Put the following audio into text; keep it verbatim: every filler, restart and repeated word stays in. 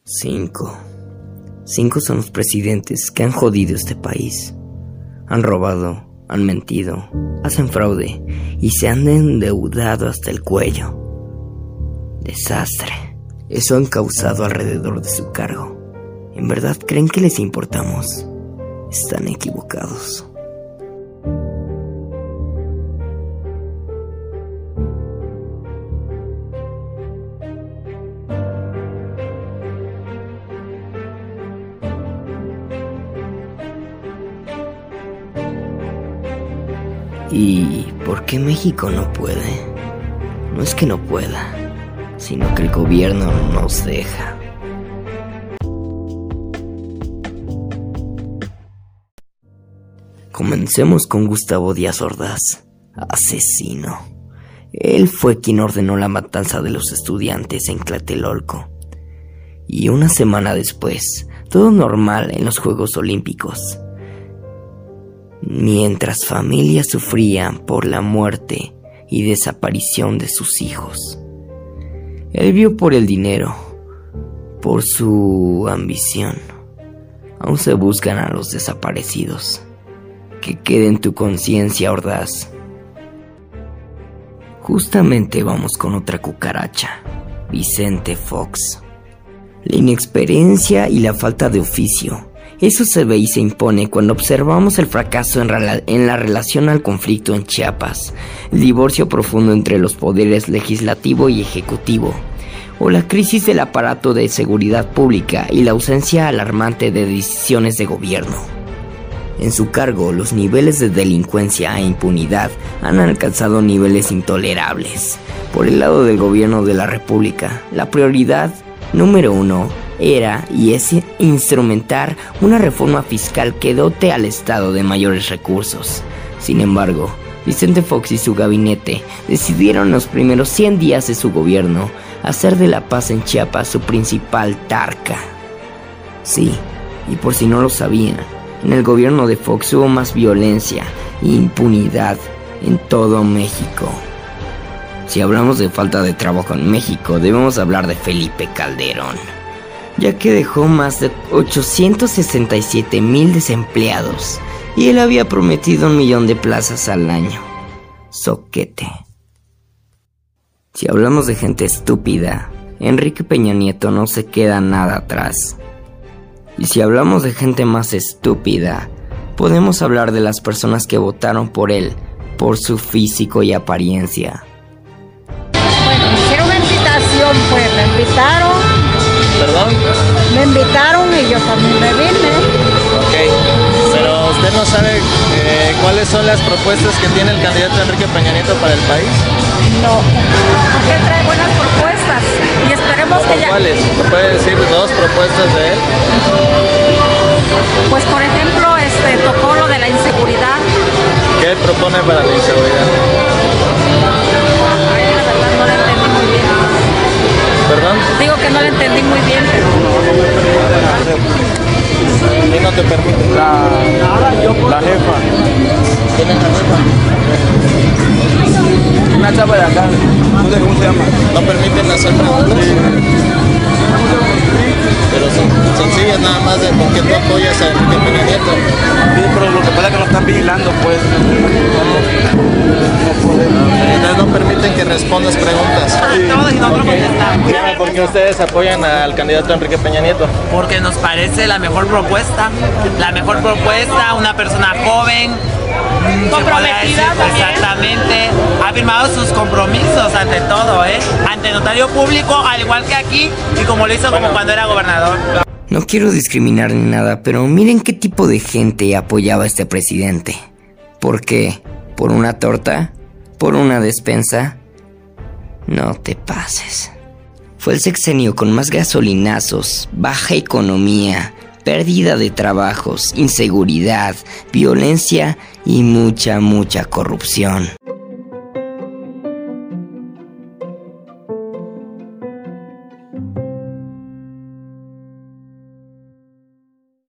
Cinco. Cinco son los presidentes que han jodido este país. Han robado, han mentido, hacen fraude y se han endeudado hasta el cuello. Desastre. Eso han causado alrededor de su cargo. ¿En verdad creen que les importamos? Están equivocados. ¿Y por qué México no puede? No es que no pueda, sino que el gobierno no nos deja. Comencemos con Gustavo Díaz Ordaz, asesino. Él fue quien ordenó la matanza de los estudiantes en Tlatelolco. Y una semana después, todo normal en los Juegos Olímpicos. Mientras familias sufrían por la muerte y desaparición de sus hijos. Él vio por el dinero, por su ambición. Aún se buscan a los desaparecidos. Que quede en tu conciencia, Ordaz. Justamente vamos con otra cucaracha, Vicente Fox. La inexperiencia y la falta de oficio. Eso se ve y se impone cuando observamos el fracaso en, en la relación al conflicto en Chiapas, el divorcio profundo entre los poderes legislativo y ejecutivo, o la crisis del aparato de seguridad pública y la ausencia alarmante de decisiones de gobierno. En su cargo, los niveles de delincuencia e impunidad han alcanzado niveles intolerables. Por el lado del gobierno de la República, la prioridad número uno era y es instrumentar una reforma fiscal que dote al Estado de mayores recursos. Sin embargo, Vicente Fox y su gabinete decidieron en los primeros cien días de su gobierno hacer de la paz en Chiapas su principal tarca. Sí, y por si no lo sabían, en el gobierno de Fox hubo más violencia e impunidad en todo México. Si hablamos de falta de trabajo en México, debemos hablar de Felipe Calderón, ya que dejó más de ochocientos sesenta y siete mil desempleados y él había prometido un millón de plazas al año. Soquete. Si hablamos de gente estúpida, Enrique Peña Nieto no se queda nada atrás. Y si hablamos de gente más estúpida, podemos hablar de las personas que votaron por él, por su físico y apariencia. Bueno, hicieron una invitación, pues, me invitaron. ¿Perdón? Me invitaron y yo también me vine. Ok, pero usted no sabe eh, cuáles son las propuestas que tiene el candidato Enrique Peña Nieto para el país. No, porque trae buenas propuestas y esperemos que ya... ¿Cuáles? ¿Me puede decir dos propuestas de él? Pues por ejemplo, este, tocó lo de la inseguridad. ¿Qué propone para la inseguridad? Ay, la verdad no la entendí muy bien. ¿Perdón? Digo que no la entendí muy bien, pero... ¿Quién no te permite? La, la jefa. ¿Quién es la jefa? Una chava de acá, no sé cómo se llama. ¿No permiten hacer preguntas? Sí. Pero son sencillas nada más de por qué tú apoyas a Enrique Peña Nieto. Sí, pero lo que pasa es que nos están vigilando, pues. Entonces no permiten que respondas preguntas. Todos y nosotros contestamos. Dígame por qué ustedes apoyan al candidato Enrique Peña Nieto. Porque nos parece la mejor propuesta, la mejor propuesta, una persona joven, comprometida también. Exactamente, ha firmado sus compromisos ante todo, ¿eh? Ante notario público, al igual que aquí, y como lo hizo bueno, como cuando era gobernador. No quiero discriminar ni nada, pero miren qué tipo de gente apoyaba a este presidente. ¿Por qué? ¿Por una torta? ¿Por una despensa? No te pases. Fue el sexenio con más gasolinazos, baja economía, pérdida de trabajos, inseguridad, violencia y mucha, mucha corrupción.